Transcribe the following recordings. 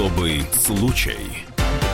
Особый случай.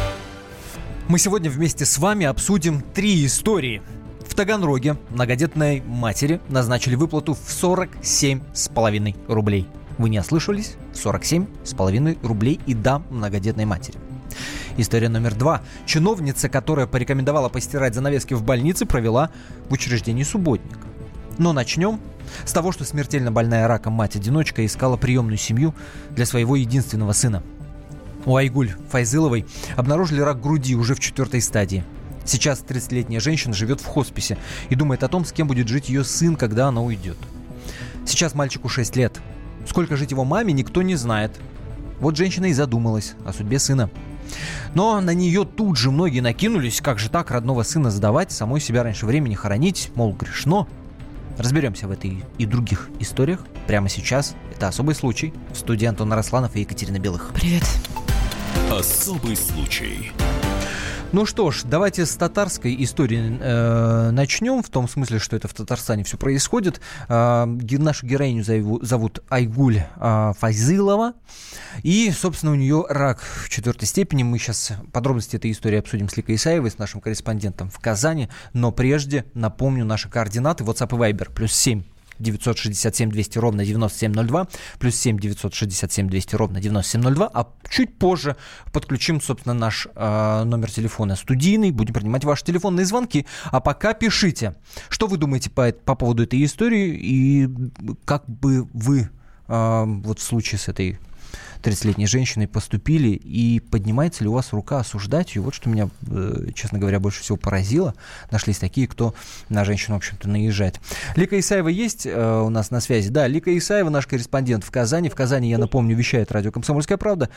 Мы сегодня вместе с вами обсудим 3 истории. В Таганроге многодетной матери назначили выплату в 47,5 рублей. Вы не ослышались? 47,5 рублей и да, многодетной матери. История номер 2. Чиновница, которая порекомендовала постирать занавески в больнице, провела в учреждении субботник. Но начнем с того, что смертельно больная раком мать-одиночка искала приемную семью для своего единственного сына. У Айгуль Файзыловой обнаружили рак груди уже в 4-й стадии. Сейчас 30-летняя женщина живет в хосписе и думает о том, с кем будет жить ее сын, когда она уйдет. Сейчас мальчику 6 лет. Сколько жить его маме, никто не знает. Вот женщина и задумалась о судьбе сына. Но на нее тут же многие накинулись, как же так родного сына сдавать, самой себя раньше времени хоронить, мол, грешно. Разберемся в этой и других историях прямо сейчас. Это «Особый случай». В студии Антон Арасланов и Екатерина Белых. Привет. Особый случай. Ну что ж, давайте с татарской истории начнем, в том смысле, что это в Татарстане все происходит. Нашу героиню зовут Айгуль Файзылова. И, собственно, у нее рак в 4-й степени. Мы сейчас подробности этой истории обсудим с Ликой Исаевой, с нашим корреспондентом в Казани. Но прежде напомню наши координаты. WhatsApp и Viber +7 967 200 ровно 9702, +7 967 200 ровно 9702, а чуть позже подключим, собственно, наш номер телефона студийный, будем принимать ваши телефонные звонки, а пока пишите, что вы думаете по поводу этой истории и как бы вы вот в случае с этой 30-летней женщиной поступили, и поднимается ли у вас рука осуждать ее? Вот что меня, честно говоря, больше всего поразило. Нашлись такие, кто на женщину, в общем-то, наезжает. Лика Исаева есть у нас на связи? Да, Лика Исаева, наш корреспондент в Казани. В Казани, я напомню, вещает радио «Комсомольская правда»,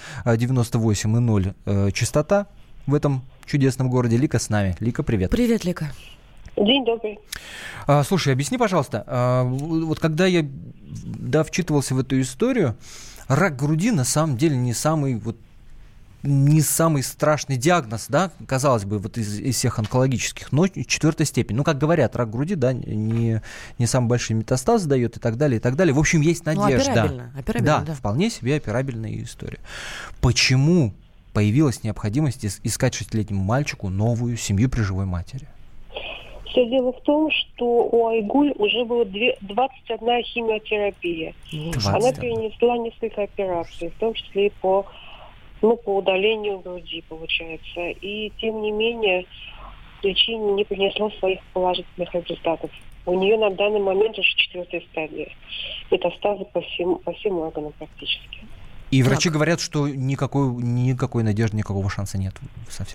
98,0 частота в этом чудесном городе. Лика с нами. Лика, привет. Привет, Лика. День добрый. Слушай, объясни, пожалуйста, вот когда я вчитывался в эту историю, рак груди на самом деле не самый страшный диагноз, да, казалось бы, вот из всех онкологических, но 4-я степень. Ну, как говорят, рак груди, да, не самый большой метастаз дает и так далее, и так далее. В общем, есть надежда. Операбельно, да. Вполне себе операбельная история. Почему появилась необходимость искать 6-летнему мальчику новую семью при живой матери? Все дело в том, что у Айгуль уже было 21 химиотерапия. 20. Она перенесла несколько операций, в том числе и по удалению груди, получается. И, тем не менее, лечение не принесло своих положительных результатов. У нее на данный момент уже 4-я стадия. Метастазы по всем органам практически. И врачи говорят, что никакой надежды, никакого шанса нет совсем.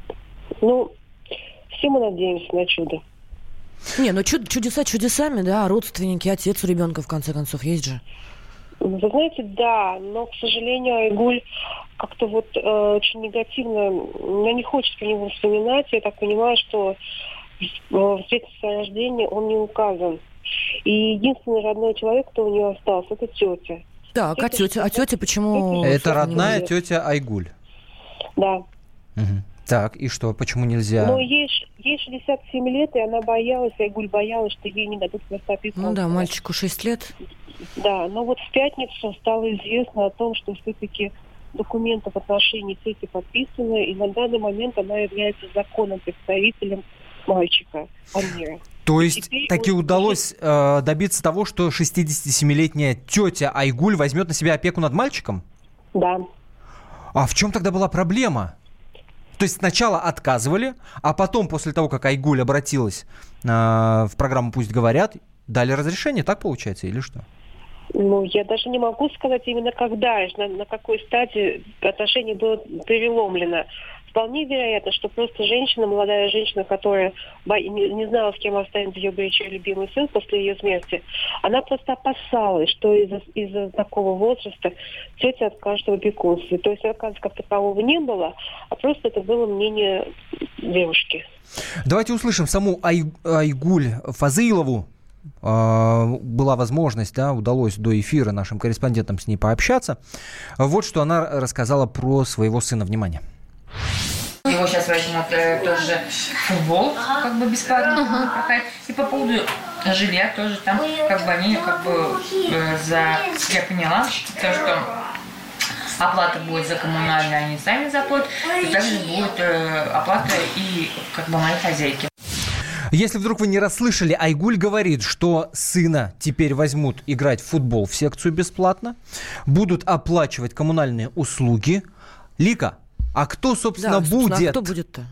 Все мы надеемся на чудо. Не, чудеса чудесами, да, родственники, отец у ребенка, в конце концов, есть же. Вы знаете, да, но, к сожалению, Айгуль как-то очень негативно, мне не хочется про него вспоминать. Я так понимаю, что в свидетельстве о рождении он не указан. И единственный родной человек, кто у нее остался, это тетя. Так, а тетя почему? Это родная тетя Айгуль. Да. Угу. Так, и что, почему нельзя? Но ей 67 лет, и она боялась, Айгуль боялась, что ей не дадут простопиться. Ну да, мальчику 6 лет. Да, но вот в пятницу стало известно о том, что все-таки документы в отношении тети подписаны, и на данный момент она является законным представителем мальчика Амира. То есть таки удалось добиться того, что 67-летняя тетя Айгуль возьмет на себя опеку над мальчиком? Да. А в чем тогда была проблема? То есть сначала отказывали, а потом, после того, как Айгуль обратилась в программу «Пусть говорят», дали разрешение, так получается, или что? Я даже не могу сказать именно когда, на какой стадии отношение было переломлено. Вполне вероятно, что просто молодая женщина, которая не знала, с кем останется ее горячо любимый сын после ее смерти, она просто опасалась, что из-за такого возраста тетя откажет в опекунстве. То есть отказа как такового не было, а просто это было мнение девушки. Давайте услышим саму Айгуль Фазылову. Была возможность, удалось до эфира нашим корреспондентам с ней пообщаться. Вот что она рассказала про своего сына. Внимание. Его сейчас возьмут тоже футбол, бесплатно прокат. И по поводу жилья тоже там, они, я поняла, то, что оплата будет за коммунальные, они сами заплатят, и также будет оплата и как бы моей хозяйки. Если вдруг вы не расслышали, Айгуль говорит, что сына теперь возьмут играть в футбол в секцию бесплатно, будут оплачивать коммунальные услуги. Лика, а кто, собственно, будет? А кто будет-то?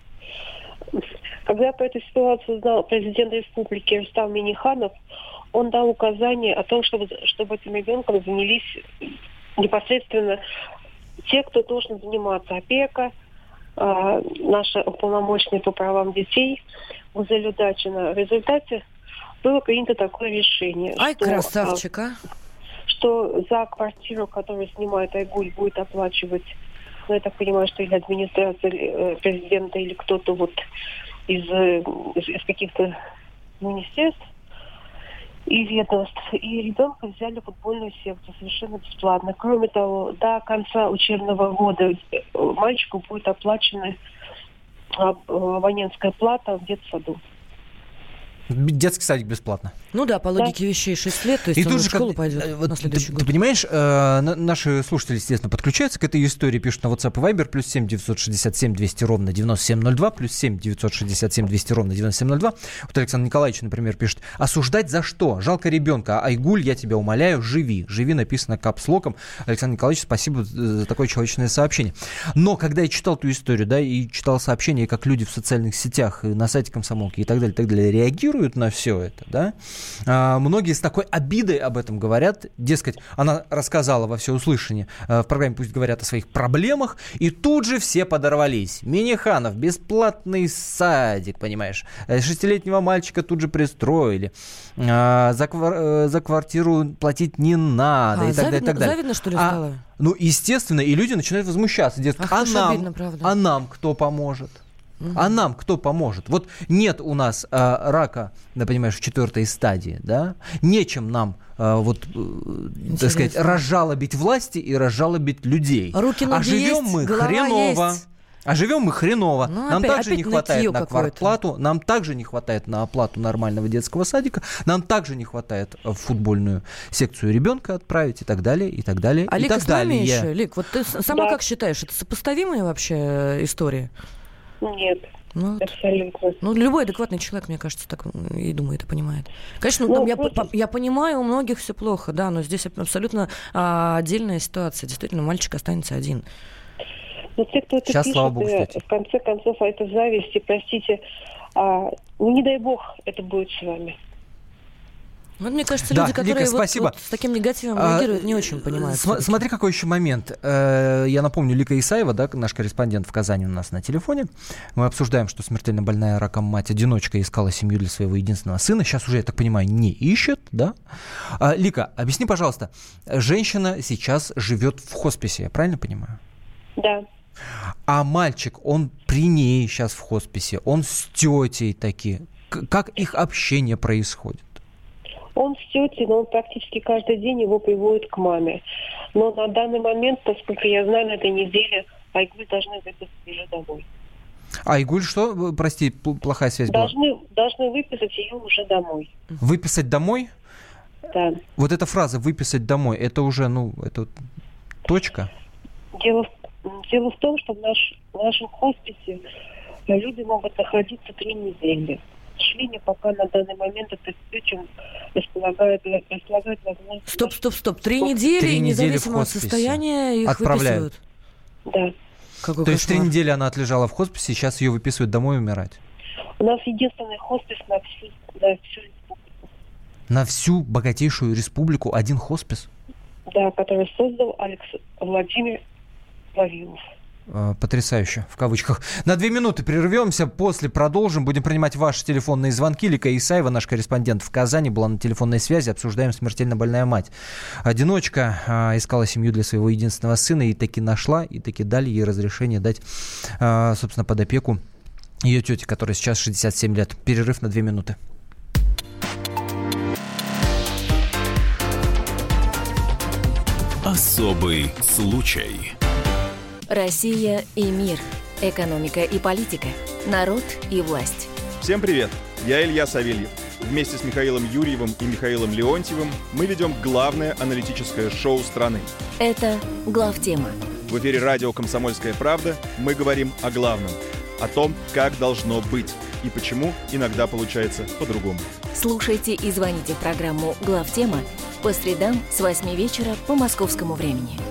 Когда по этой ситуации знал президент республики Рустам Минниханов, он дал указание о том, чтобы этим ребенком занялись непосредственно те, кто должен заниматься: опека, наши уполномоченные по правам детей, Гузель Удачина. В результате было принято такое решение. Ай, красавчик, а! Что за квартиру, которую снимает Айгуль, будет оплачивать, ну, я так понимаю, что или администрация президента, или кто-то вот из каких-то министерств и ведомств. И ребенка взяли в футбольную секцию совершенно бесплатно. Кроме того, до конца учебного года мальчику будет оплачена абонентская плата в детсаду. Детский садик бесплатно. Ну да, по логике вещей 6 лет, то есть и он тут в же, школу пойдет на следующий год. Ты понимаешь, наши слушатели, естественно, подключаются к этой истории, пишут на WhatsApp и Viber, плюс 7 967 200 ровно 9702, плюс 7 967 200 ровно 9702. Вот Александр Николаевич, например, пишет: осуждать за что? Жалко ребенка. Айгуль, я тебя умоляю, живи. Живи написано капслоком. Александр Николаевич, спасибо за такое человечное сообщение. Но когда я читал ту историю, да, и читал сообщения, как люди в социальных сетях, на сайте Комсомолки и так далее, реагируют на все это, да, многие с такой обидой об этом говорят, дескать, она рассказала во всеуслышание в программе «Пусть говорят о своих проблемах», и тут же все подорвались. Минниханов, бесплатный садик, понимаешь, 6-летнего мальчика тут же пристроили, за квартиру платить не надо, и так далее, и так далее. Завидно, что ли, стало? Ну, естественно, и люди начинают возмущаться, дескать, а нам кто поможет? А нам кто поможет? Вот нет у нас рака, да, понимаешь, в 4-й стадии, да? Нечем нам так сказать, разжалобить власти и разжалобить людей. Руки, ноги живем есть, мы хреново. Есть. А живем мы хреново. Ну, нам также не хватает на какое-то. квартплату, нам также не хватает на оплату нормального детского садика, нам также не хватает в футбольную секцию ребенка отправить и так далее, и так далее, а и Лика так с нами далее. еще? Лик, вот ты сама как считаешь, это сопоставимые вообще истории? Нет, абсолютно. Ну, любой адекватный человек, мне кажется, так и думает, и понимает. Конечно, я понимаю, у многих все плохо, да, но здесь абсолютно отдельная ситуация. Действительно, мальчик останется один. Но те, кто это сейчас, пишет, слава богу, кстати. В конце концов, это зависть, и, простите, не дай бог это будет с вами. Вот, мне кажется, да, люди, которые Лика, вот с таким негативом реагируют, не очень понимают. Смотри, какой еще момент. Я напомню, Лика Исаева, да, наш корреспондент в Казани у нас на телефоне. Мы обсуждаем, что смертельно больная раком мать-одиночка искала семью для своего единственного сына. Сейчас уже, я так понимаю, не ищет, да? Лика, объясни, пожалуйста, женщина сейчас живет в хосписе, я правильно понимаю? Да. А мальчик, он при ней сейчас в хосписе, он с тетей таки. Как их общение происходит? Он с тетей, но он практически каждый день его приводит к маме. Но на данный момент, насколько я знаю, на этой неделе Айгуль должны выписать ее домой. Айгуль что? Прости, плохая связь была. Должны выписать ее уже домой. Выписать домой? Да. Вот эта фраза «выписать домой», это уже, это точка? Дело в том, что в нашем хосписе люди могут находиться 3 недели. К сожалению, пока на данный момент это очень располагает возможность... Стоп. 3 недели, независимо от состояния, их отправляют. Да. Какой То есть кошмар. 3 недели она отлежала в хосписе, сейчас ее выписывают домой умирать? У нас единственный хоспис на всю республику. На всю богатейшую республику один хоспис? Да, который создал Владимир Вавилов. Потрясающе, в кавычках. На 2 минуты прервемся, после продолжим. Будем принимать ваши телефонные звонки. Лика Исаева, наш корреспондент в Казани, была на телефонной связи. Обсуждаем смертельно больная мать. Одиночка искала семью для своего единственного сына и таки нашла, и таки дали ей разрешение дать, собственно, под опеку ее тете, которая сейчас 67 лет. Перерыв на 2 минуты. Особый случай. Россия и мир. Экономика и политика. Народ и власть. Всем привет! Я Илья Савельев. Вместе с Михаилом Юрьевым и Михаилом Леонтьевым мы ведем главное аналитическое шоу страны. Это «Главтема». В эфире радио «Комсомольская правда» мы говорим о главном, о том, как должно быть и почему иногда получается по-другому. Слушайте и звоните в программу «Главтема» по средам с 8 вечера по московскому времени.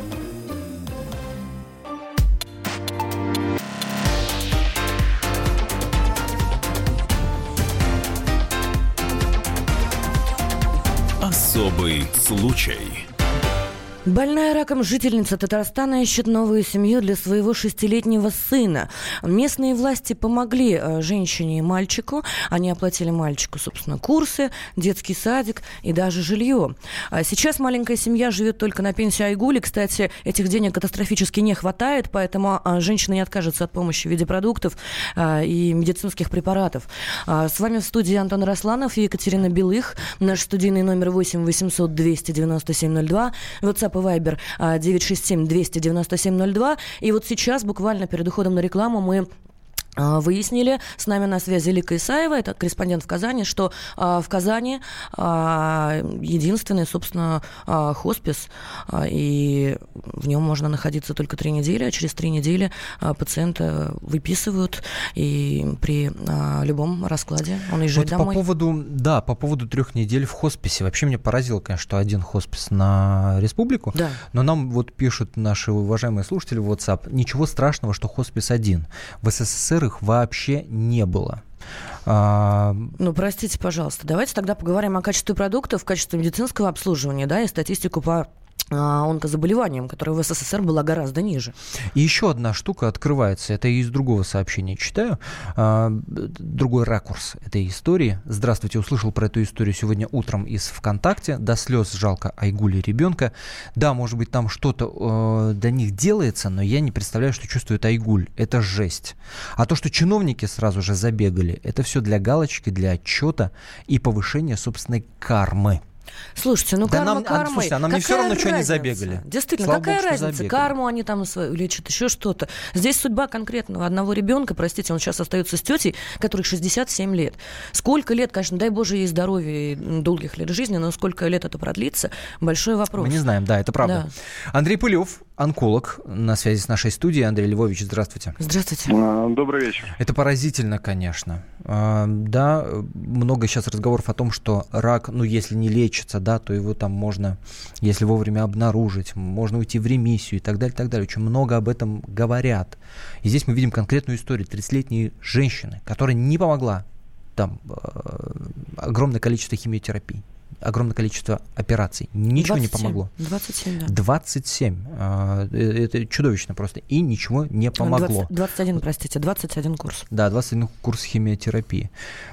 Особый случай. Больная раком жительница Татарстана ищет новую семью для своего 6-летнего сына. Местные власти помогли женщине и мальчику. Они оплатили мальчику, собственно, курсы, детский садик и даже жилье. Сейчас маленькая семья живет только на пенсии Айгули. Кстати, этих денег катастрофически не хватает, поэтому женщина не откажется от помощи в виде продуктов и медицинских препаратов. С вами в студии Антон Росланов и Екатерина Белых. Наш студийный номер 8 800 297 02. WhatsApp и Viber 967-297-02. И вот сейчас, буквально перед уходом на рекламу, мы выяснили, с нами на связи Лика Исаева, это корреспондент в Казани, что в Казани единственный, собственно, хоспис, и в нем можно находиться только 3 недели, а через 3 недели пациента выписывают, и при любом раскладе он уезжает вот домой. По поводу 3 недель в хосписе. Вообще меня поразило, конечно, что один хоспис на республику, да. Но нам вот пишут наши уважаемые слушатели в WhatsApp, ничего страшного, что хоспис один. В СССР их вообще не было. Ну, простите, пожалуйста, давайте тогда поговорим о качестве продуктов, качестве медицинского обслуживания, да, и статистику по онкозаболеваниям, которая в СССР была гораздо ниже. И еще одна штука открывается, это из другого сообщения читаю, другой ракурс этой истории. Здравствуйте, услышал про эту историю сегодня утром из ВКонтакте, до слез жалко Айгули ребенка. Да, может быть, там что-то до них делается, но я не представляю, что чувствует Айгуль. Это жесть. А то, что чиновники сразу же забегали, это все для галочки, для отчета и повышения собственной кармы. Слушайте, ну да карма. Слушайте, а нам не все равно, что они забегали. Действительно, Слава какая Богу, разница? забегали. Карму они там лечат, еще что-то. Здесь судьба конкретного одного ребенка, простите, он сейчас остается с тетей, которой 67 лет. Сколько лет, конечно, дай Боже ей здоровья и долгих лет жизни, но сколько лет это продлится, большой вопрос. Мы не знаем, да, это правда. Да. Андрей Пылев, онколог, на связи с нашей студией. Андрей Львович, здравствуйте. Здравствуйте. Добрый вечер. Это поразительно, конечно. Да, много сейчас разговоров о том, что рак, ну, если не лечится, да, то его там можно, если вовремя обнаружить, можно уйти в ремиссию и так далее, так далее. Очень много об этом говорят. И здесь мы видим конкретную историю 30-летней женщины, которая не помогла. Там огромное количество химиотерапий, огромное количество операций. Ничего 27, не помогло. 27, да. 27. Это чудовищно просто. И ничего не помогло. 21 курс. Да, 21 курс химиотерапии.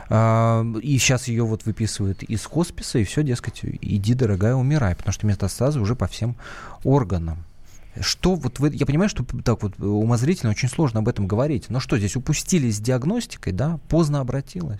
И сейчас ее вот выписывают из хосписа, и все, дескать, иди, дорогая, умирай, потому что метастазы уже по всем органам. Что вот вы, я понимаю, что так вот умозрительно очень сложно об этом говорить, но что здесь, упустили с диагностикой, да, поздно обратилась?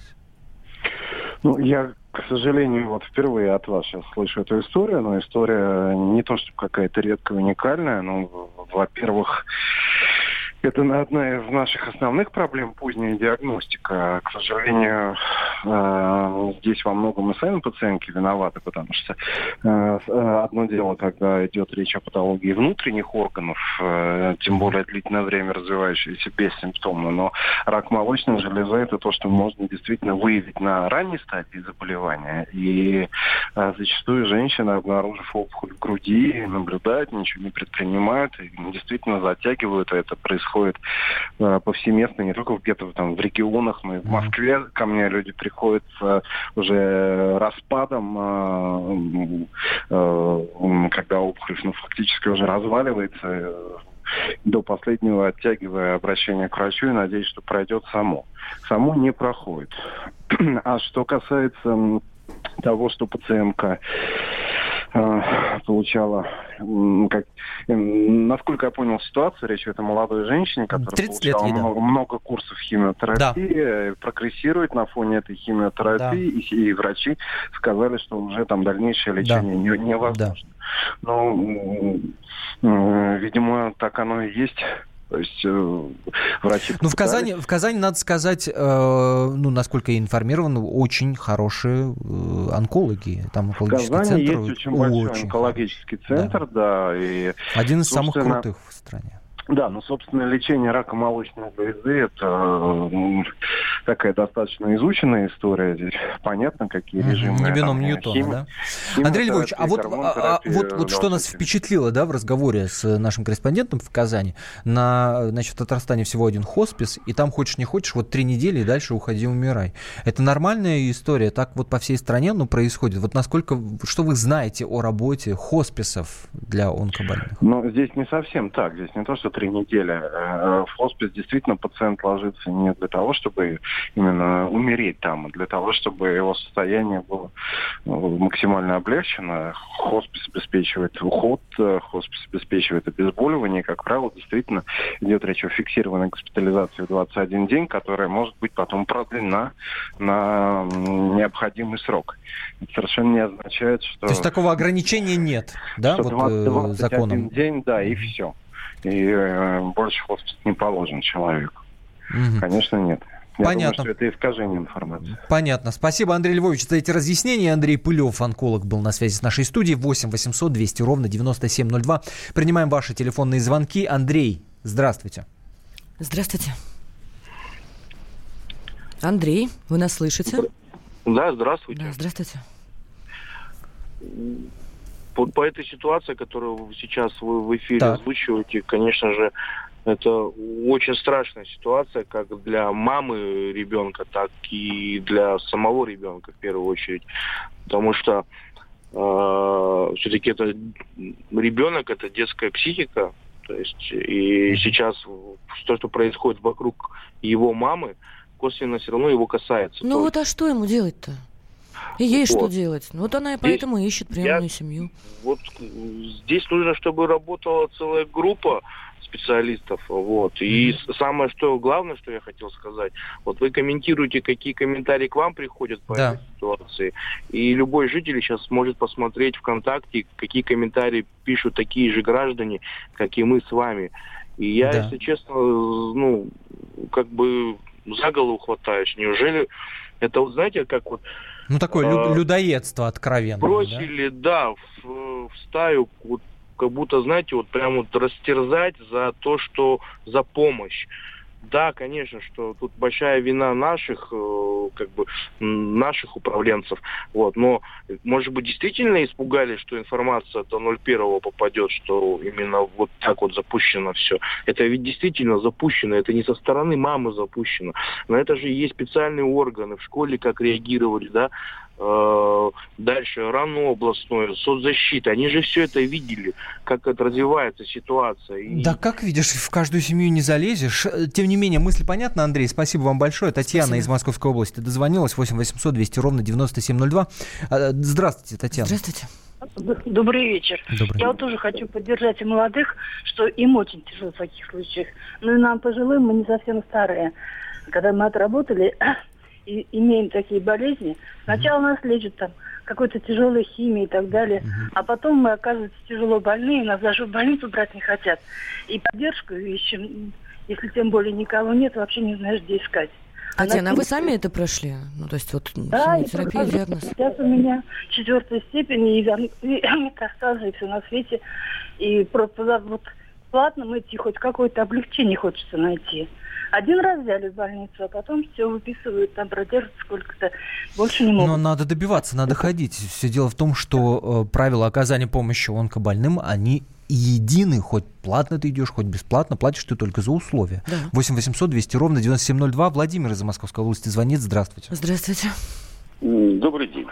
Ну, я, к сожалению, вот впервые от вас сейчас слышу эту историю, но история не то, что какая-то редкая, уникальная, но, во-первых, это одна из наших основных проблем, поздняя диагностика. К сожалению, здесь во многом и сами пациентки виноваты, потому что одно дело, когда идет речь о патологии внутренних органов, тем более длительное время развивающееся бессимптомно, но рак молочной железы – это то, что можно действительно выявить на ранней стадии заболевания. И зачастую женщины, обнаружив опухоль в груди, наблюдают, ничего не предпринимают, и действительно затягивают, и это происходит повсеместно, не только где-то там в регионах, но и в Москве ко мне люди приходят уже распадом, когда опухоль фактически уже разваливается, до последнего оттягивая обращение к врачу и надеясь, что пройдет само. Само не проходит. А что касается того, что пациентка получала, насколько я понял ситуацию, речь идет о молодой женщине, которая получала много курсов химиотерапии, да. Прогрессирует на фоне этой химиотерапии, да. И врачи сказали, что уже там дальнейшее лечение невозможно. Да. Но, видимо, так оно и есть. То есть врачи... Ну, в Казани, надо сказать, насколько я информирован, очень хорошие онкологи. Там онкологический в Казани центр. есть очень большой онкологический центр, да. И, один из самых крутых в стране. Да, но, собственно, лечение рака молочной железы – это такая достаточно изученная история. Здесь понятно, какие режимы. Не бином Ньютона, да? Андрей Львович, а вот что нас впечатлило, да, в разговоре с нашим корреспондентом в Казани, значит, в Татарстане всего один хоспис, и там хочешь не хочешь, 3 недели и дальше уходи, умирай. Это нормальная история, так вот по всей стране происходит. Вот насколько, что вы знаете о работе хосписов для онкобольных? Ну, здесь не совсем так. Здесь не то, что 3 недели. В хоспис действительно пациент ложится не для того, чтобы именно умереть там, а для того, чтобы его состояние было максимально облегчено. Хоспис обеспечивает уход, хоспис обеспечивает обезболивание. Как правило, действительно идет речь о фиксированной госпитализации в 21 день, которая может быть потом продлена на необходимый срок. Это совершенно не означает, что... То есть такого ограничения нет, да, что вот законом? 21 день, да, и все. И больше хоспис не положен человеку. Конечно, нет. Я Понятно. думаю, что это искажение информации. Понятно. Спасибо, Андрей Львович, за эти разъяснения. Андрей Пылев, онколог, был на связи с нашей студией. 8 800 200 ровно 9702. Принимаем ваши телефонные звонки. Андрей, здравствуйте. Здравствуйте. Андрей, вы нас слышите? Да, здравствуйте. Да, здравствуйте. По этой ситуации, которую сейчас вы в эфире озвучиваете, конечно же, это очень страшная ситуация, как для мамы ребенка, так и для самого ребенка в первую очередь. Потому что все-таки это ребенок, это детская психика. То есть и сейчас то, что происходит вокруг его мамы, косвенно все равно его касается. Ну вот, а что ему делать-то? И ей что делать? Вот она и поэтому ищет приемную семью. Вот здесь нужно, чтобы работала целая группа специалистов. Вот. И самое главное, что я хотел сказать, вот вы комментируете, какие комментарии к вам приходят по этой ситуации. И любой житель сейчас может посмотреть ВКонтакте, какие комментарии пишут такие же граждане, как и мы с вами. И я, если честно, как бы за голову хватаюсь. Неужели это, вот знаете, как вот... такое людоедство откровенное. Бросили, в стаю, вот, как будто, знаете, вот прям вот растерзать за то, что за помощь. Да, конечно, что тут большая вина наших управленцев, вот, но, может быть, действительно испугались, что информация-то 01 попадет, что именно вот так вот запущено все. Это ведь действительно запущено, это не со стороны мамы запущено. Но это же есть специальные органы в школе, как реагировали, да, дальше РАНО областное, соцзащита, они же все это видели, как это развивается ситуация. Да как видишь, в каждую семью не залезешь. Тем не менее, мысль понятна, Андрей, спасибо вам большое. Татьяна из Московской области дозвонилась, 8 800 200 ровно 9702. Здравствуйте, Татьяна. Здравствуйте. Добрый вечер. Я вот тоже хочу поддержать и молодых, что им очень тяжело в таких случаях. Ну и нам пожилым, мы не совсем старые. Когда мы отработали и имеем такие болезни, сначала нас лечат там какой-то тяжелой химией и так далее, а потом мы оказываемся тяжело больные, нас даже в больницу брать не хотят. И поддержку ищем, если тем более никого нет, вообще не знаешь, где искать. Татьяна, а вы сами это прошли? Ну, то есть вот химиотерапия, диагноз? Сейчас у меня 4-я степень, и метастазы, и все на свете. И просто вот платно идти, хоть какое-то облегчение хочется найти. Один раз взяли в больницу, а потом все выписывают, там продержат сколько-то, больше не могут. Но надо добиваться, надо ходить. Все дело в том, что правила оказания помощи онкобольным, они едины, хоть платно ты идешь, хоть бесплатно, платишь ты только за условия. Да. 8 800 200 ровно 9702. Владимир из Московской области звонит. Здравствуйте. Здравствуйте. Добрый день.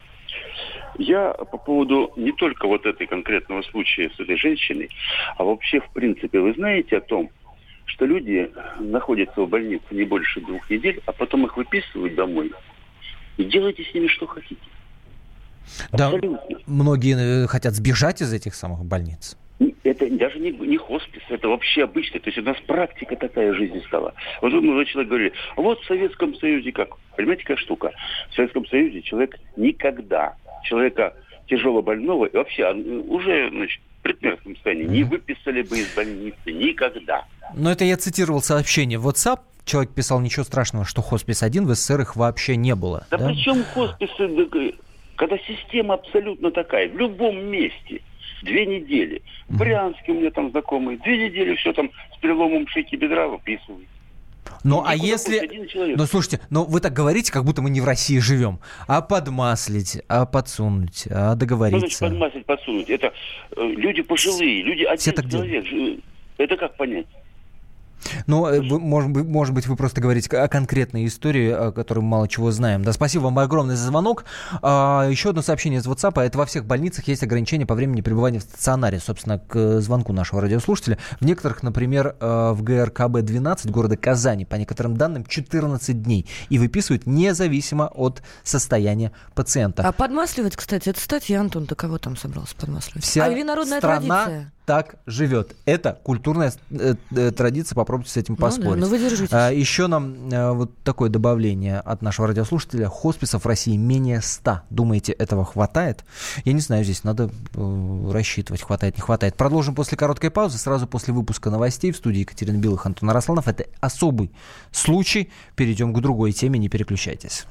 Я по поводу не только вот этой конкретного случая с этой женщиной, а вообще, в принципе, вы знаете о том, что люди находятся в больнице не больше 2 недель, а потом их выписывают домой. И делайте с ними что хотите. Да, многие хотят сбежать из этих самых больниц. Это даже не хоспис, это вообще обычно. То есть у нас практика такая в жизни стала. Вот молодой человек говорит, вот в Советском Союзе как? Понимаете, какая штука? В Советском Союзе человек никогда, человека тяжело больного, и вообще уже, предсмертном состоянии, не выписали бы из больницы никогда. Но это я цитировал сообщение в WhatsApp. Человек писал, ничего страшного, что хоспис-1, в СССР их вообще не было. Да при чем хосписы, когда система абсолютно такая, в любом месте. 2 недели. В Брянске у меня там знакомые. 2 недели все там с переломом шейки бедра выписывают. Ну, а если... Ну, слушайте, вы так говорите, как будто мы не в России живем. А подмаслить, а подсунуть, а договориться. Что значит подмаслить, подсунуть? Это люди пожилые, люди один человек. Это как понять? Ну, может быть, вы просто говорите о конкретной истории, о которой мы мало чего знаем. Да, спасибо вам огромное за звонок. Еще одно сообщение из WhatsApp. Это во всех больницах есть ограничения по времени пребывания в стационаре. Собственно, к звонку нашего радиослушателя. В некоторых, например, в ГРКБ-12 города Казани, по некоторым данным, 14 дней. И выписывают независимо от состояния пациента. А подмасливать, кстати, это статья, Антон, ты кого там собрался подмасливать? Вся или народная страна традиция? Так живет. Это культурная традиция, попробуйте с этим поспорить. Ну, вы держитесь. Еще нам вот такое добавление от нашего радиослушателя. Хосписов в России менее 100. Думаете, этого хватает? Я не знаю, здесь надо рассчитывать, хватает, не хватает. Продолжим после короткой паузы, сразу после выпуска новостей. В студии Екатерина Билых, Антон Арасланов. Это особый случай. Перейдем к другой теме, не переключайтесь.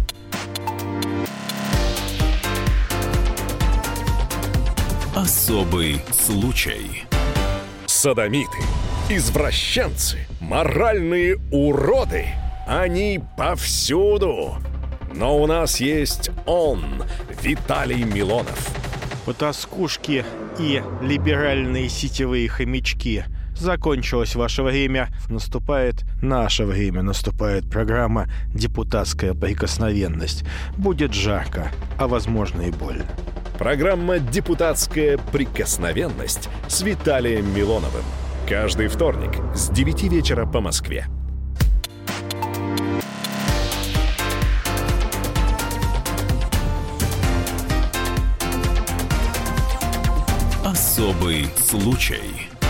Особый случай. Содомиты, извращенцы, моральные уроды. Они повсюду. Но у нас есть он, Виталий Милонов. Потаскушки и либеральные сетевые хомячки. Закончилось ваше время, наступает наше время, наступает программа «Депутатская прикосновенность». Будет жарко, а возможно и больно. Программа «Депутатская прикосновенность» с Виталием Милоновым. Каждый вторник с 9 вечера по Москве. Особый случай.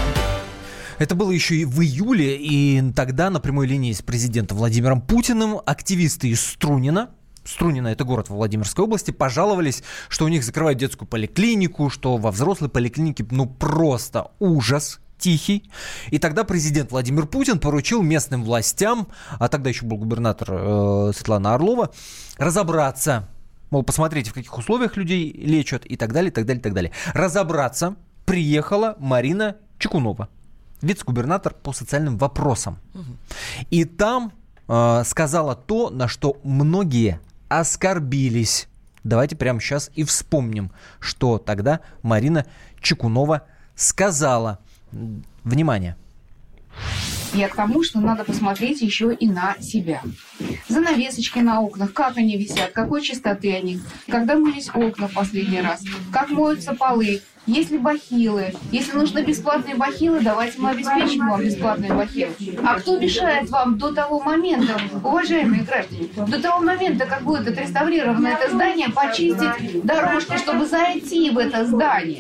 Это было еще и в июле, и тогда на прямой линии с президентом Владимиром Путиным активисты из Струнино, это город во Владимирской области, пожаловались, что у них закрывают детскую поликлинику, что во взрослой поликлинике просто ужас тихий. И тогда президент Владимир Путин поручил местным властям, а тогда еще был губернатор Светлана Орлова, разобраться, мол, посмотрите, в каких условиях людей лечат и так далее, и так далее, и так далее. Разобраться приехала Марина Чекунова, вице-губернатор по социальным вопросам. И там сказала то, на что многие оскорбились. Давайте прямо сейчас и вспомним, что тогда Марина Чекунова сказала. Внимание. Я к тому, что надо посмотреть еще и на себя. Занавесочки на окнах, как они висят, какой чистоты они, когда мылись окна в последний раз, как моются полы, есть ли бахилы. Если нужны бесплатные бахилы, давайте мы обеспечим вам бесплатные бахилы. А кто мешает вам до того момента, уважаемые граждане, до того момента, как будет отреставрировано это здание, почистить дорожки, чтобы зайти в это здание?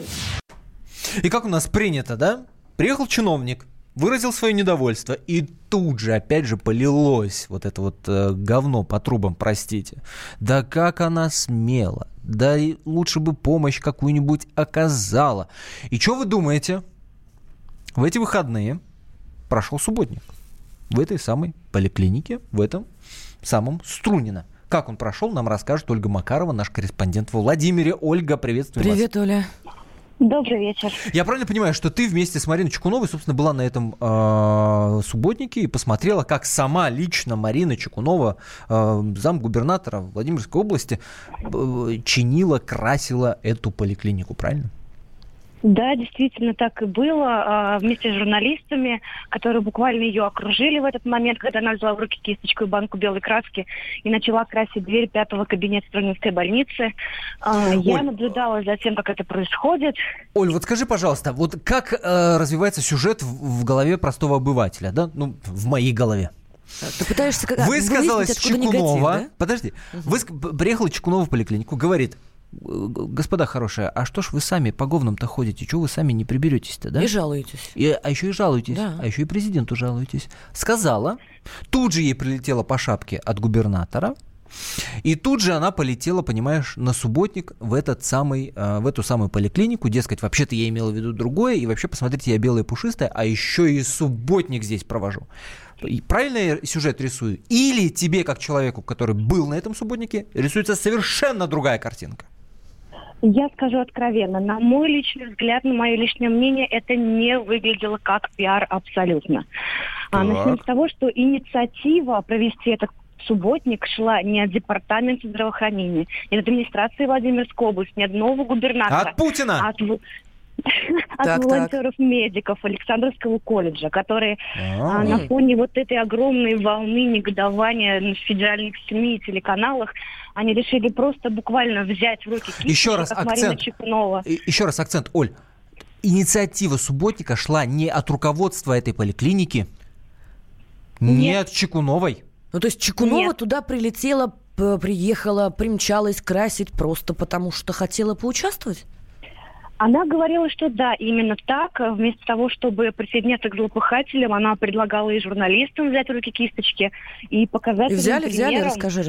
И как у нас принято, да? Приехал чиновник, выразил свое недовольство, и тут же, опять же, полилось вот это вот говно по трубам, простите. Да как она смела, да и лучше бы помощь какую-нибудь оказала. И что вы думаете? В эти выходные прошел субботник в этой самой поликлинике, в этом самом Струнино. Как он прошел, нам расскажет Ольга Макарова, наш корреспондент во Владимире. Ольга, приветствую вас. Привет, Оля. Добрый вечер. Я правильно понимаю, что ты вместе с Мариной Чекуновой, собственно, была на этом субботнике и посмотрела, как сама лично Марина Чекунова, замгубернатора Владимирской области, чинила, красила эту поликлинику, правильно? Да, действительно так и было. Вместе с журналистами, которые буквально ее окружили в этот момент, когда она взяла в руки кисточку и банку белой краски и начала красить дверь 5-го кабинета Струнинской больницы. Я наблюдала за тем, как это происходит. Оль, вот скажи, пожалуйста, вот как развивается сюжет в голове простого обывателя, да? Ну, в моей голове. Ты пытаешься высказалась Чекунова, негатив, да? Подожди, приехала Чекунова в поликлинику, говорит: господа хорошие, а что ж вы сами по говнам-то ходите? Чего вы сами не приберетесь-то, да? И жалуетесь. А еще и жалуетесь. Да. А еще и президенту жалуетесь. Сказала. Тут же ей прилетело по шапке от губернатора. И тут же она полетела, понимаешь, на субботник в эту самую поликлинику. Дескать, вообще-то я имела в виду другое. И вообще, посмотрите, я белая пушистая, а еще и субботник здесь провожу. Правильно я сюжет рисую? Или тебе, как человеку, который был на этом субботнике, рисуется совершенно другая картинка? Я скажу откровенно, на мой личный взгляд, на мое личное мнение, это не выглядело как пиар абсолютно. Начнем с того, что инициатива провести этот субботник шла не от департамента здравоохранения, не от администрации Владимирской области, не от нового губернатора. От Путина! От волонтеров-медиков Александровского колледжа, которые на фоне вот этой огромной волны негодования на федеральных СМИ и телеканалах, они решили просто буквально взять в руки кисточку, как Марина Чекунова. Еще раз акцент, Оль. Инициатива субботника шла не от руководства этой поликлиники, не от Чекуновой. Ну, то есть Чекунова туда приехала, примчалась красить просто потому, что хотела поучаствовать? Она говорила, что да, именно так. Вместо того, чтобы присоединяться к злопыхателям, она предлагала и журналистам взять в руки кисточки и показать... И взяли? Расскажи.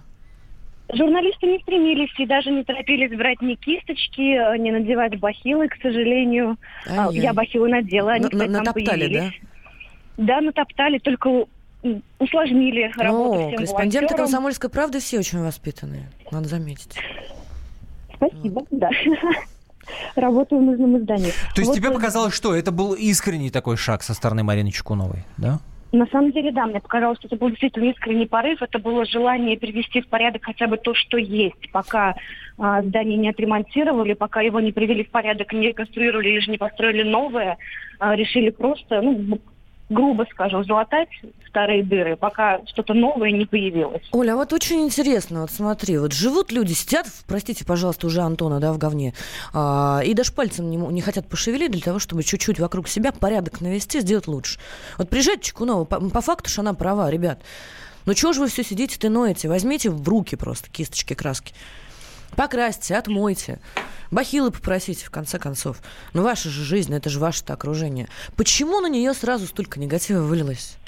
Журналисты не стремились и даже не торопились брать ни кисточки, ни надевать бахилы, к сожалению. Я бахилы надела, они, кстати, там появились. Да, натоптали, только усложнили работу всем корреспонденты волонтерам. «Комсомольской правды» все очень воспитанные, надо заметить. Спасибо, да. Работаю в нужном издании. То есть тебе показалось, что это был искренний такой шаг со стороны Марины Чекуновой, да? На самом деле, да, мне показалось, что это был действительно искренний порыв. Это было желание привести в порядок хотя бы то, что есть, пока здание не отремонтировали, пока его не привели в порядок, не реконструировали или же не построили новое. Решили просто, грубо скажем, залатать старые дыры, пока что-то новое не появилось. Оля, а вот очень интересно, вот смотри, вот живут люди, сидят, простите, пожалуйста, уже Антона, да, в говне, и даже пальцем не хотят пошевелить для того, чтобы чуть-чуть вокруг себя порядок навести, сделать лучше. Вот приезжает Чекунова, по факту, что она права, ребят. Ну чего же вы все сидите-то ноете? Возьмите в руки просто кисточки, краски. Покрасьте, отмойте. Бахилы попросите, в конце концов. Ну, ваша же жизнь, это же ваше-то окружение. Почему на нее сразу столько негатива вылилось?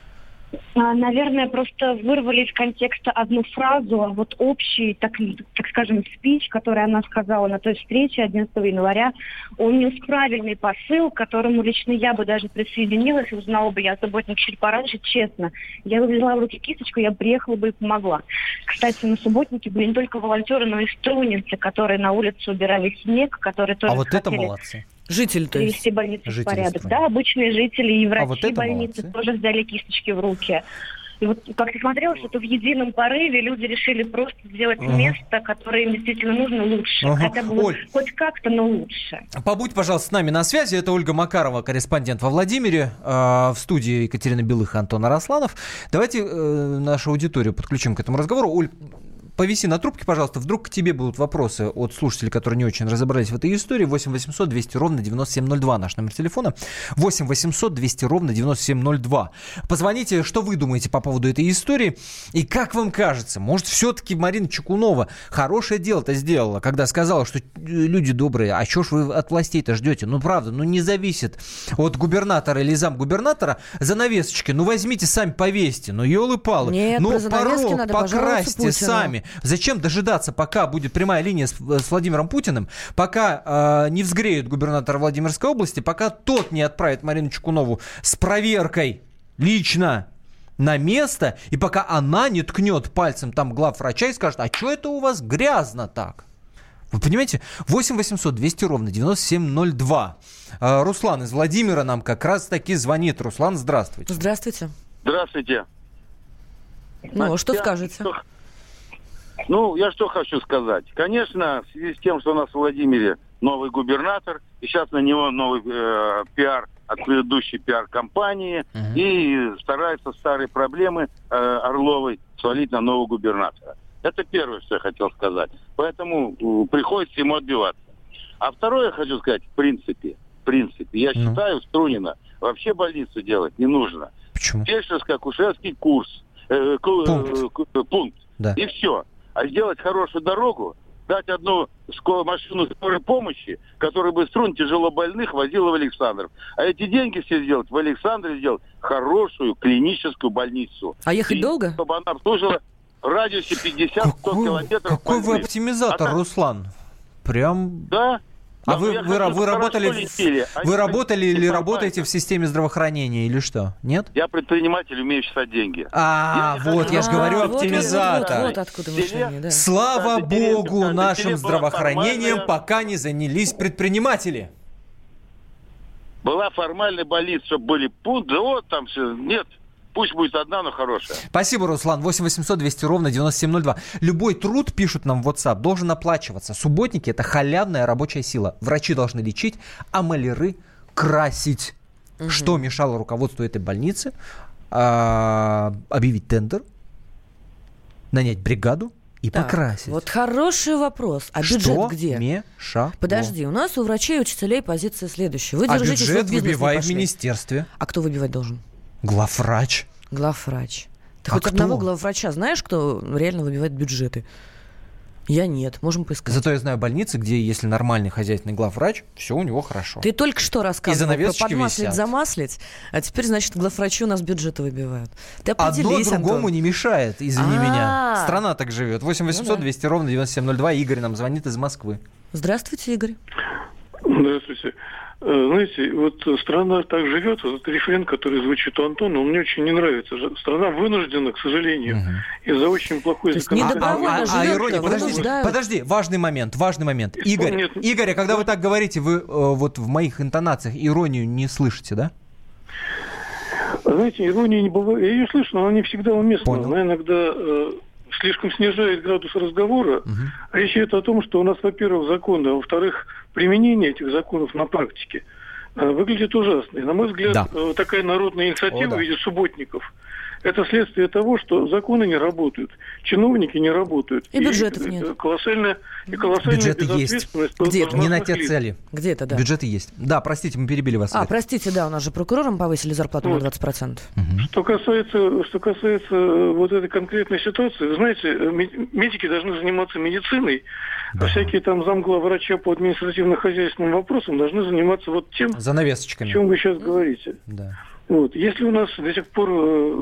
Наверное, просто вырвали из контекста одну фразу, а вот общий, так скажем, спич, который она сказала на той встрече 11 января, он нес правильный посыл, к которому лично я бы даже присоединилась, узнала бы я субботник чуть пораньше, честно. Я бы взяла в руки кисточку, я приехала бы и помогла. Кстати, на субботнике были не только волонтеры, но и струнницы, которые на улице убирали снег, которые тоже вот это молодцы. Жители, то есть? Привести больницу в порядок. Да, обычные жители и врачи больницы тоже взяли кисточки в руки. И вот как ты смотрел, что в едином порыве люди решили просто сделать место, которое им действительно нужно, лучше. Хотя бы хоть как-то, но лучше. Побудь, пожалуйста, с нами на связи. Это Ольга Макарова, корреспондент во Владимире. В студии Екатерина Белых и Антон Арасланов. Давайте нашу аудиторию подключим к этому разговору. Оль, повиси на трубке, пожалуйста. Вдруг к тебе будут вопросы от слушателей, которые не очень разобрались в этой истории. 8 800 200 ровно 9702 наш номер телефона. 8 800 200 ровно 9702. Позвоните, что вы думаете по поводу этой истории. И как вам кажется, может, все-таки Марина Чекунова хорошее дело-то сделала, когда сказала, что люди добрые, а что ж вы от властей-то ждете? Ну, правда, не зависит от губернатора или замгубернатора занавесочки. Возьмите, сами повесьте. Елы-палы. Нет, порог покрасьте сами. Зачем дожидаться, пока будет прямая линия с Владимиром Путиным, пока не взгреют губернатора Владимирской области, пока тот не отправит Марину Чекунову с проверкой лично на место, и пока она не ткнет пальцем там главврача и скажет, а что это у вас грязно так? Вы понимаете? 8 800 200 ровно 9702. Руслан из Владимира нам как раз таки звонит. Руслан, здравствуйте. Здравствуйте. Здравствуйте. Что скажете? Я что хочу сказать. Конечно, в связи с тем, что у нас в Владимире новый губернатор, и сейчас на него новый пиар от предыдущей пиар-компании, и стараются старые проблемы Орловой свалить на нового губернатора. Это первое, что я хотел сказать. Поэтому приходится ему отбиваться. А второе я хочу сказать, в принципе, я считаю, в Струнино вообще больницу делать не нужно. Почему? Фельдшерско-акушерский курс, пункт. Да. И все. А сделать хорошую дорогу, дать одну машину скорой помощи, которая бы струн тяжело больных возила в Александров. А эти деньги все сделать, в Александре сделать хорошую клиническую больницу. А ехать долго? Чтобы она обслужила. радиусе 50-100 километров. Какой вы оптимизатор, Руслан. Прям... Да. А вы работали или работаете в системе здравоохранения или что? Нет? Я предприниматель, умею считать деньги. Я же говорю, оптимизатор. Вот откуда мышление, да. Слава богу, нашим здравоохранением пока не занялись предприниматели. Была формальная больница, чтобы были пункты, вот там все. Нет. Пусть будет одна, но хорошая. Спасибо, Руслан. 8 800 200 ровно 9702. Любой труд, пишут нам в WhatsApp, должен оплачиваться. Субботники – это халявная рабочая сила. Врачи должны лечить, а маляры – красить. Угу. Что мешало руководству этой больницы объявить тендер, нанять бригаду и покрасить? Вот хороший вопрос. А бюджет что где? Мешало? Подожди, у нас у врачей и учителей позиция следующая. Вы держитесь, бюджет в бизнес выбивает в министерстве. А кто выбивать должен? Главврач. Главврач. Ты хоть одного главврача знаешь, кто реально выбивает бюджеты? Я нет. Можем поискать. Зато я знаю больницы, где, если нормальный хозяйственный главврач, все у него хорошо. Ты только что рассказывал про подмаслить, висят. Замаслить, а теперь, значит, главврачи у нас бюджеты выбивают. Ты определись, одно другому Антон. не мешает, извини меня. Страна так живет. 8 800 200 ровно 9702. Игорь нам звонит из Москвы. Здравствуйте, Игорь. Здравствуйте. Знаете, вот страна так живет, вот этот рефрен, который звучит у Антона, он мне очень не нравится. Страна вынуждена, к сожалению, из-за очень плохой законодательности. Подожди, важный момент. Игорь, а когда вы так говорите, вы вот в моих интонациях иронию не слышите, да? Знаете, иронии не бывает. Я ее слышу, но она не всегда уместна. Она иногда слишком снижает градус разговора. Речь идет о том, что у нас, во-первых, законы, а во-вторых, применение этих законов на практике выглядит ужасно. И, на мой взгляд, такая народная инициатива в виде субботников – это следствие того, что законы не работают, чиновники не работают. И бюджетов нет. Колоссальная бюджеты есть. Где-то. Не на те цели. Где-то, да. Бюджеты есть. Да, простите, мы перебили вас. Простите, да, у нас же прокурорам повысили зарплату на 20%. Что касается вот этой конкретной ситуации, вы знаете, медики должны заниматься медициной, а всякие там замглавврача по административно-хозяйственным вопросам должны заниматься вот тем, занавесочками, о чем вы сейчас говорите. Да. Вот. Если у нас до сих пор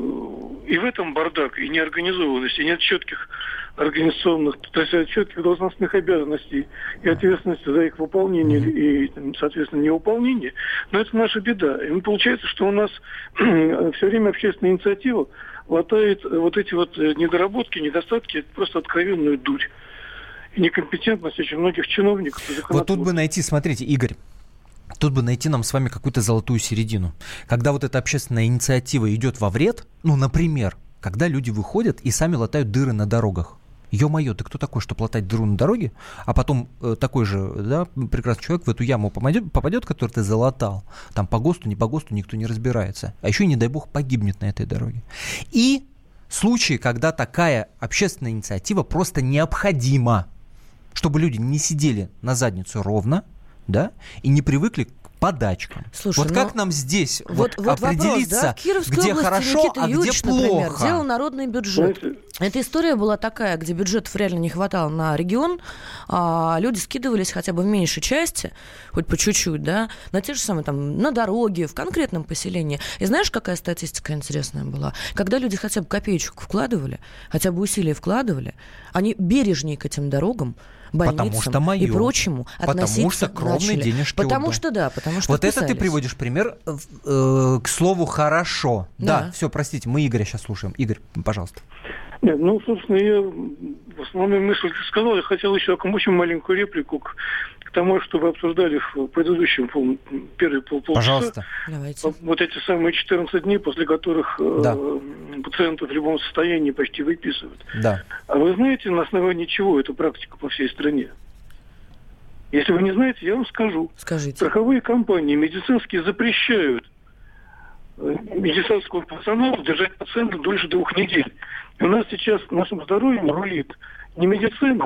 и в этом бардак, и неорганизованность, и нет четких организационных, то есть четких должностных обязанностей и ответственности за их выполнение и, соответственно, невыполнение, но это наша беда. И получается, что у нас все время общественная инициатива латает вот эти вот недоработки, недостатки, это просто откровенную дурь. И некомпетентность очень многих чиновников. Вот тут бы найти, смотрите, Игорь, тут бы найти нам с вами какую-то золотую середину. Когда вот эта общественная инициатива идет во вред, например, когда люди выходят и сами латают дыры на дорогах. Ё-моё, ты кто такой, чтобы латать дыру на дороге, а потом такой же, да, прекрасный человек в эту яму попадет, которую ты залатал. Там по ГОСТу, не по ГОСТу никто не разбирается. А еще, не дай бог, погибнет на этой дороге. И случаи, когда такая общественная инициатива просто необходима, чтобы люди не сидели на задницу ровно, да, и не привыкли к подачкам. Слушай, как нам здесь определиться, вопрос, да? где хорошо, Никита Юрьевич, где плохо? Например, делал народный бюджет. Эта история была такая, где бюджетов реально не хватало на регион, а люди скидывались хотя бы в меньшей части, хоть по чуть-чуть, да, на те же самые там, на дороге, в конкретном поселении. И знаешь, какая статистика интересная была? Когда люди хотя бы копеечку вкладывали, хотя бы усилия вкладывали, они бережнее к этим дорогам, больницам и прочему относиться потому что кровные денежки потому что вот это ты приводишь пример к слову «хорошо». Да, все, простите, мы Игоря сейчас слушаем. Игорь, пожалуйста. Нет, собственно, я в основной мысли сказал, я хотел еще очень маленькую реплику к тому, что вы обсуждали в предыдущем первые полчаса. Пожалуйста. Давайте. Вот эти самые 14 дней, после которых пациентов в любом состоянии почти выписывают. Да. А вы знаете, на основании чего эта практика по всей стране? Если вы не знаете, я вам скажу. Скажите. Страховые компании медицинские запрещают медицинскому персоналу держать пациента дольше 2 недель. И у нас сейчас нашим здоровьем рулит не медицина,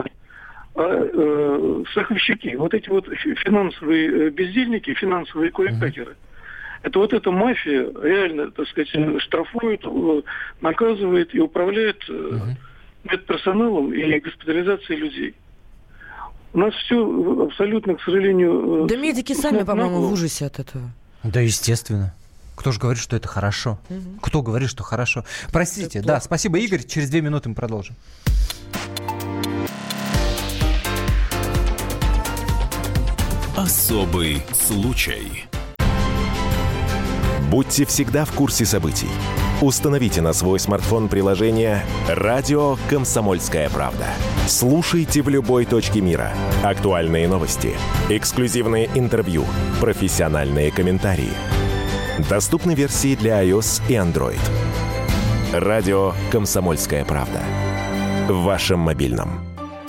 а страховщики. Вот эти вот финансовые бездельники, финансовые куекакеры. Это вот эта мафия реально, так сказать, штрафует, наказывает и управляет медперсоналом и госпитализацией людей. У нас все абсолютно, к сожалению... Да медики сами, по-моему, в ужасе от этого. Да, естественно. Кто же говорит, что это хорошо? Кто говорит, что хорошо? Простите, да, спасибо, Игорь. Через 2 минуты мы продолжим. Особый случай. Будьте всегда в курсе событий. Установите на свой смартфон приложение «Радио Комсомольская правда». Слушайте в любой точке мира. Актуальные новости, эксклюзивные интервью, профессиональные комментарии. Доступны версии для iOS и Android. «Радио Комсомольская правда». В вашем мобильном.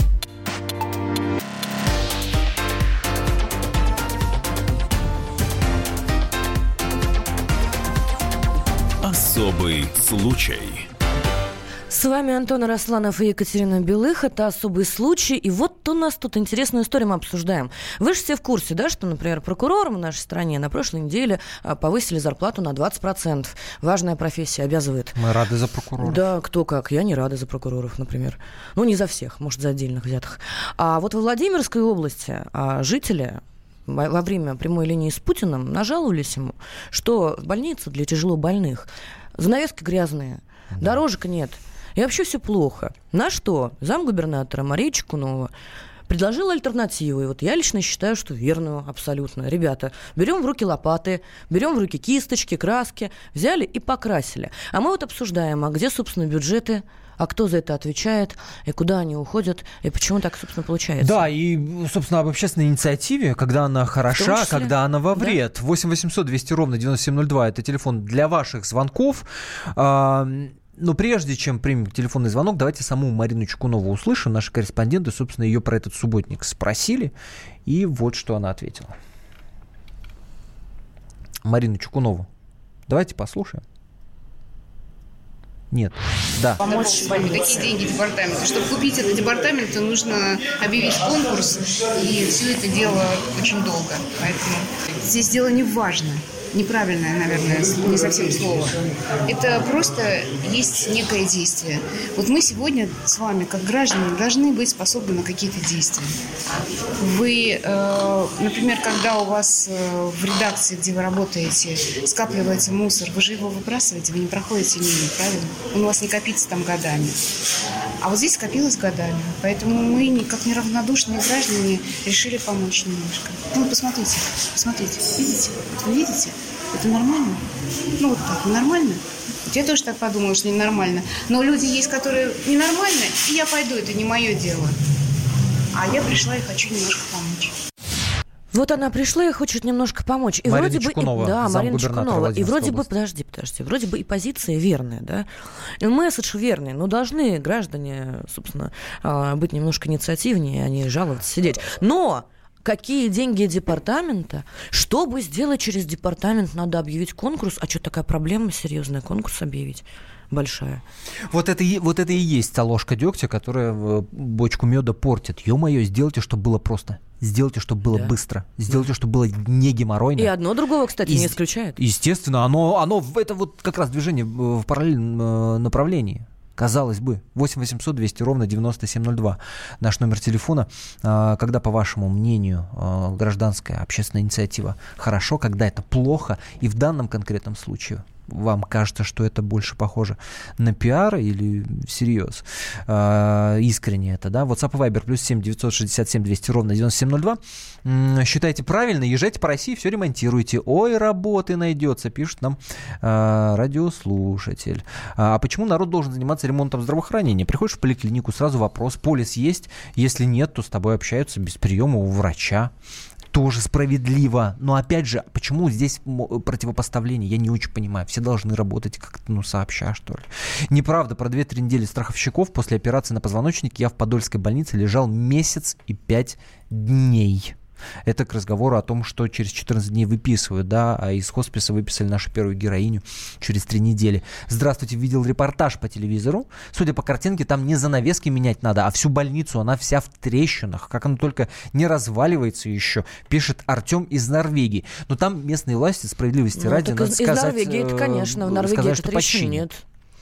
Особый случай. С вами Антон Арасланов и Екатерина Белых. Это «Особый случай». И вот у нас тут интересную историю мы обсуждаем. Вы же все в курсе, да, что, например, прокурорам в нашей стране на прошлой неделе повысили зарплату на 20%. Важная профессия, обязывает. Мы рады за прокуроров. Да, кто как. Я не рада за прокуроров, например. Ну, не за всех, может, за отдельных взятых. А вот во Владимирской области жители во время прямой линии с Путиным нажаловались ему, что в больнице для тяжелобольных занавески грязные, дорожек нет. И вообще все плохо. На что замгубернатора Мария Чекунова предложила альтернативу. И вот я лично считаю, что верную абсолютно. Ребята, берем в руки лопаты, берем в руки кисточки, краски, взяли и покрасили. А мы вот обсуждаем, а где, собственно, бюджеты, а кто за это отвечает, и куда они уходят, и почему так, собственно, получается. Да, и, собственно, об общественной инициативе, когда она хороша, когда она во вред. Да. 8 800 200 ровно 9702 – это телефон для ваших звонков. Но прежде чем примем телефонный звонок, давайте саму Марину Чекунову услышим. Наши корреспонденты, собственно, ее про этот субботник спросили. И вот что она ответила. Марину Чекунову. Давайте послушаем. Нет. Да. Помочь больнице. Такие деньги департамента. Чтобы купить этот департамент, нужно объявить конкурс, и все это дело очень долго. Поэтому здесь дело не важно. Неправильное, наверное, не совсем слово. Это просто есть некое действие. Вот мы сегодня с вами, как граждане, должны быть способны на какие-то действия. Вы, например, когда у вас в редакции, где вы работаете, скапливается мусор, вы же его выбрасываете, вы не проходите мимо, правильно? Он у вас не копится там годами. А вот здесь скопилось годами. Поэтому мы, как неравнодушные граждане, решили помочь немножко. Ну, посмотрите, видите? Вот вы видите? Это нормально? Ну, вот так, нормально? Вот я тоже так подумала, что ненормально. Но люди есть, которые ненормально, и я пойду, это не мое дело. А я пришла и хочу немножко помочь. Вот она пришла и хочет немножко помочь. И Марина вроде Чекунова, бы, да, Марина Чекунова. И вроде бы, области. подожди, вроде бы и позиция верная, да, и месседж верный, но должны граждане, собственно, быть немножко инициативнее, а не жаловаться, сидеть. Но какие деньги департамента? Чтобы сделать через департамент, надо объявить конкурс. А что, такая проблема серьезная, конкурс объявить? Большая. Вот это и есть та ложка дегтя, которая бочку меда портит. Ё-моё, сделайте, чтобы было просто. Сделайте, чтобы было быстро. Сделайте, чтобы было не геморройно. И одно другого, кстати, не исключает. Естественно, оно это вот как раз движение в параллельном направлении. Казалось бы, 8 800 200 ровно 9702. Наш номер телефона. Когда, по вашему мнению, гражданская общественная инициатива хорошо, когда это плохо, и в данном конкретном случае вам кажется, что это больше похоже на пиар или всерьез? Искренне это, да? WhatsApp и Viber +7 967 200 ровно 9702. Считайте правильно, езжайте по России, все ремонтируйте. Ой, работы найдется, пишет нам радиослушатель. А почему народ должен заниматься ремонтом здравоохранения? Приходишь в поликлинику, сразу вопрос, полис есть? Если нет, то с тобой общаются без приема у врача. Тоже справедливо. Но опять же, почему здесь противопоставление? Я не очень понимаю. Все должны работать как-то, сообща, что ли. Неправда. Про 2-3 недели страховщиков после операции на позвоночнике я в Подольской больнице лежал месяц и 5 дней. Это к разговору о том, что через 14 дней выписывают, да, а из хосписа выписали нашу первую героиню через 3 недели. Здравствуйте, видел репортаж по телевизору. Судя по картинке, там не занавески менять надо, а всю больницу, она вся в трещинах. Как она только не разваливается еще, пишет Артем из Норвегии. Но там местные власти, справедливости ради, надо сказать... Из Норвегии это, конечно, в Норвегии это трещин нет.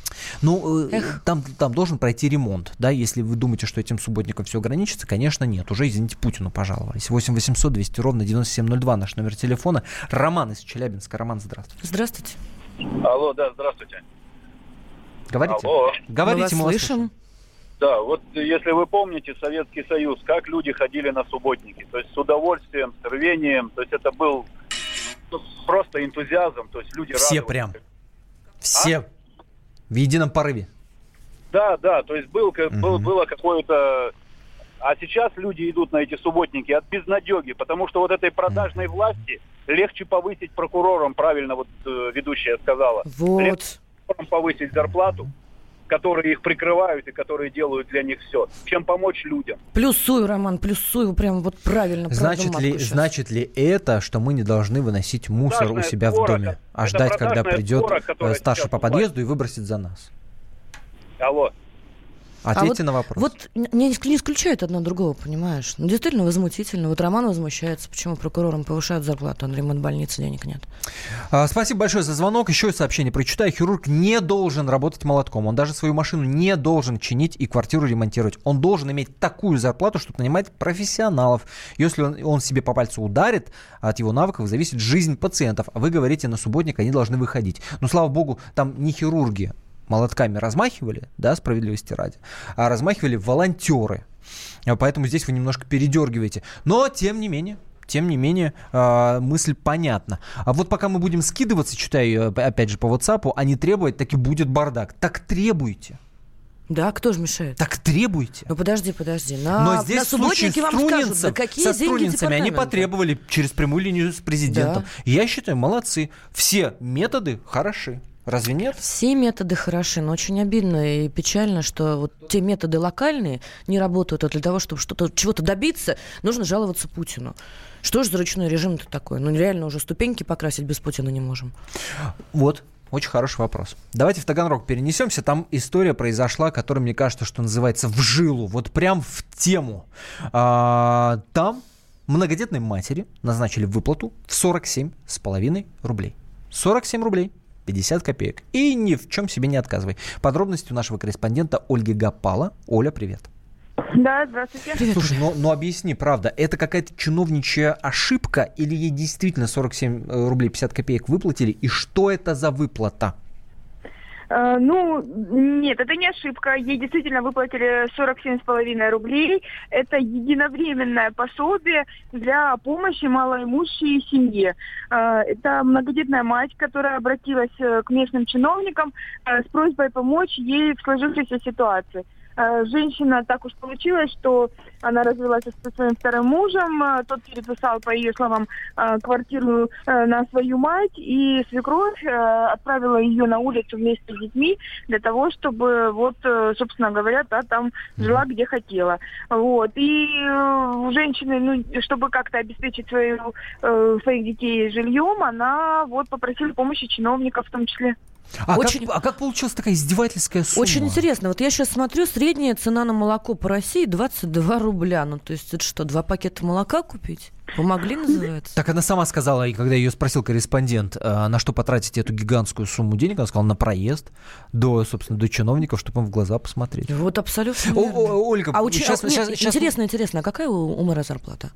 Ну, там должен пройти ремонт, да, если вы думаете, что этим субботником все ограничится, конечно, нет, уже, извините, Путину пожаловались. 8 800 200 ровно 9702 наш номер телефона. Роман из Челябинска. Роман, здравствуйте. Здравствуйте. Алло, да, здравствуйте. Говорите. Алло. Говорите, мы вас слышим. Да, вот если вы помните Советский Союз, как люди ходили на субботники, то есть с удовольствием, с рвением, то есть это был просто энтузиазм, то есть люди все радовались. Прям. Все. В едином порыве. Да, то есть было какое-то... А сейчас люди идут на эти субботники от безнадеги, потому что вот этой продажной власти легче повысить прокурорам, правильно вот ведущая сказала. Вот. Легче повысить зарплату, которые их прикрывают и которые делают для них все, чем помочь людям. Плюсую, Роман, плюсую, прям вот правильно. Значит ли это, что мы не должны выносить мусор продажная у себя в доме, а ждать, когда придет старший по подъезду и выбросит за нас? Алло. Ответьте на вопрос. Вот не исключают одно другого, понимаешь? Ну, действительно возмутительно. Вот Роман возмущается, почему прокурорам повышают зарплату, а на ремонт больницы денег нет. Спасибо большое за звонок. Еще сообщение прочитаю. Хирург не должен работать молотком. Он даже свою машину не должен чинить и квартиру ремонтировать. Он должен иметь такую зарплату, чтобы нанимать профессионалов. Если он себе по пальцу ударит, от его навыков зависит жизнь пациентов. А вы говорите, на субботник они должны выходить. Но, слава богу, там не хирурги молотками размахивали, да, справедливости ради, а размахивали волонтеры. Поэтому здесь вы немножко передергиваете. Но, тем не менее, мысль понятна. А вот пока мы будем скидываться, читаю ее, опять же, по WhatsApp, а не требовать, так и будет бардак. Так требуйте. Да, кто же мешает? Так требуйте. Ну, подожди. Но здесь в случае со струнинцами они потребовали через прямую линию с президентом. Да. Я считаю, молодцы. Все методы хороши. Разве нет? Все методы хороши, но очень обидно и печально, что вот те методы локальные не работают, а для того, чтобы чего-то добиться, нужно жаловаться Путину. Что же за ручной режим-то такой? Ну, реально уже ступеньки покрасить без Путина не можем. Вот. Очень хороший вопрос. Давайте в Таганрог перенесемся. Там история произошла, которая, мне кажется, что называется в жилу. Вот прям в тему. Там многодетной матери назначили выплату в 47,5 рублей. 47 рублей. 50 копеек. И ни в чем себе не отказывай. Подробности у нашего корреспондента Ольги Гапала. Оля, привет. Да, здравствуйте. Привет. Слушай, ну объясни, правда, это какая-то чиновничья ошибка или ей действительно 47 рублей 50 копеек выплатили? И что это за выплата? Нет, это не ошибка. Ей действительно выплатили 47,5 рублей. Это единовременное пособие для помощи малоимущей семье. Это многодетная мать, которая обратилась к местным чиновникам с просьбой помочь ей в сложившейся ситуации. Женщина, так уж получилось, что она развелась со своим вторым мужем, тот переписал, по ее словам, квартиру на свою мать, и свекровь отправила ее на улицу вместе с детьми для того, чтобы, собственно говоря, там жила где хотела. И у женщины, чтобы как-то обеспечить своих детей жильем, она попросила помощи чиновников в том числе. Как получилась такая издевательская сумма? Очень интересно. Вот я сейчас смотрю, средняя цена на молоко по России 22 рубля. Ну, то есть это что, 2 пакета молока купить? Помогли, называется? Так она сама сказала, и когда ее спросил корреспондент, на что потратить эту гигантскую сумму денег, она сказала, на проезд до чиновников, чтобы им в глаза посмотреть. Вот абсолютно. Ольга, сейчас... Интересно, а какая у мэра зарплата?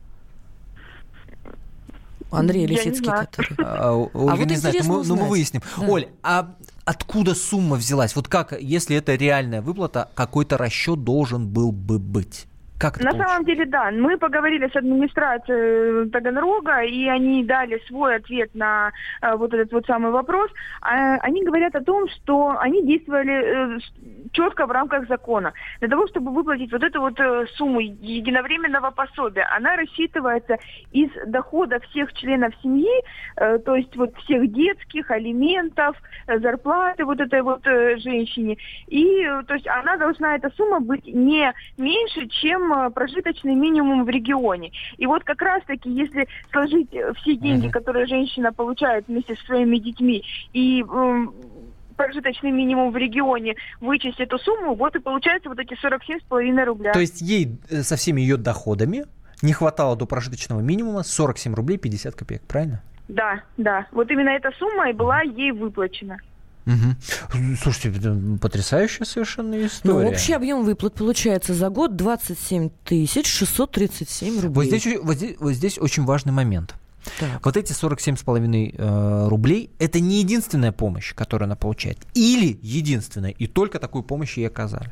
Андрей Лисицкий, который... Ольга не знает, мы выясним. Да. Оль, а откуда сумма взялась? Вот как, если это реальная выплата, какой-то расчет должен был бы быть? На самом деле, да. Мы поговорили с администрацией Таганрога, и они дали свой ответ на этот самый вопрос. Они говорят о том, что они действовали четко в рамках закона. Для того, чтобы выплатить эту сумму единовременного пособия, она рассчитывается из дохода всех членов семьи, то есть всех детских, алиментов, зарплаты этой женщине. И то есть она должна, эта сумма, быть не меньше, чем прожиточный минимум в регионе. И как раз-таки, если сложить все деньги, которые женщина получает вместе со своими детьми, и прожиточный минимум в регионе, вычесть эту сумму, и получается эти 47,5 рубля. То есть ей со всеми ее доходами не хватало до прожиточного минимума 47 рублей 50 копеек, правильно? Да. Вот именно эта сумма и была ей выплачена. Слушайте, это потрясающая совершенно история. Ну, общий объем выплат получается за год 27 637 рублей. Вот здесь очень важный момент. Так. Вот эти 47,5 рублей – это не единственная помощь, которую она получает. Или единственная, и только такую помощь ей оказали.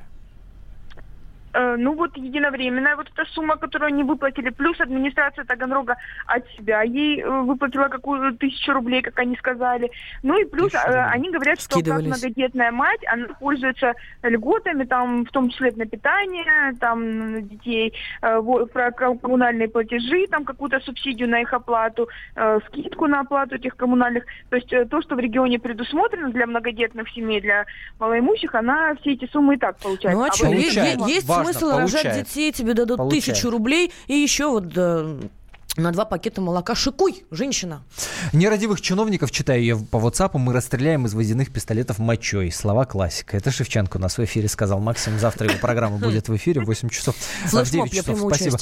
Ну вот единовременная вот эта сумма, которую они выплатили, плюс администрация Таганрога от себя ей выплатила какую-то 1000 рублей, как они сказали. Ну и плюс они говорят, что как многодетная мать, она пользуется льготами, там, в том числе на питание, там, на детей, про коммунальные платежи, там какую-то субсидию на их оплату, скидку на оплату этих коммунальных. То есть то, что в регионе предусмотрено для многодетных семей, для малоимущих, она все эти суммы и так получает. Ну а что, есть смысл рожать детей, тебе дадут 1000 рублей и еще вот на 2 пакета молока. Шикуй, женщина. Нерадивых чиновников, читаю я по WhatsApp, мы расстреляем из водяных пистолетов мочой. Слова классика. Это Шевченко у нас в эфире сказал. Максим, завтра его программа будет в эфире в 8 часов. В 9 часов. Спасибо.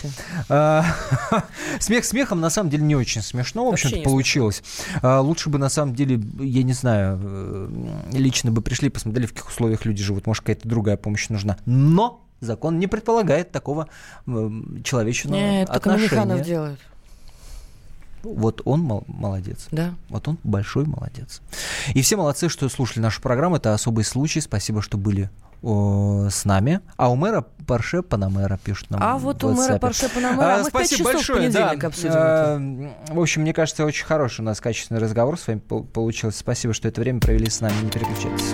Смех смехом, на самом деле, не очень смешно, в общем-то, получилось. Лучше бы, на самом деле, я не знаю, лично бы пришли, посмотрели, в каких условиях люди живут. Может, какая-то другая помощь нужна. Но закон не предполагает такого человечного отношения. Нет, только Миханов делает. Вот он молодец. Да. Вот он большой молодец. И все молодцы, что слушали нашу программу. Это особый случай. Спасибо, что были с нами. А у мэра Порше Панамера пишут нам. А вот у мэра Порше Панамера мы 5 часов в понедельник обсудим это. В общем, мне кажется, очень хороший у нас качественный разговор с вами получился. Спасибо, что это время провели с нами. Не переключайтесь.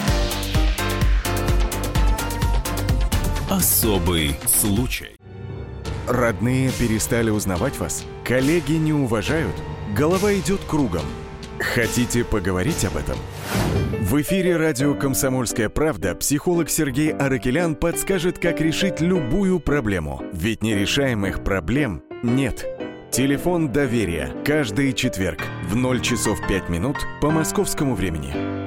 Особый случай. Родные перестали узнавать вас? Коллеги не уважают? Голова идет кругом. Хотите поговорить об этом? В эфире радио «Комсомольская правда» психолог Сергей Аракелян подскажет, как решить любую проблему. Ведь нерешаемых проблем нет. Телефон доверия. Каждый четверг в 0 часов 5 минут по московскому времени.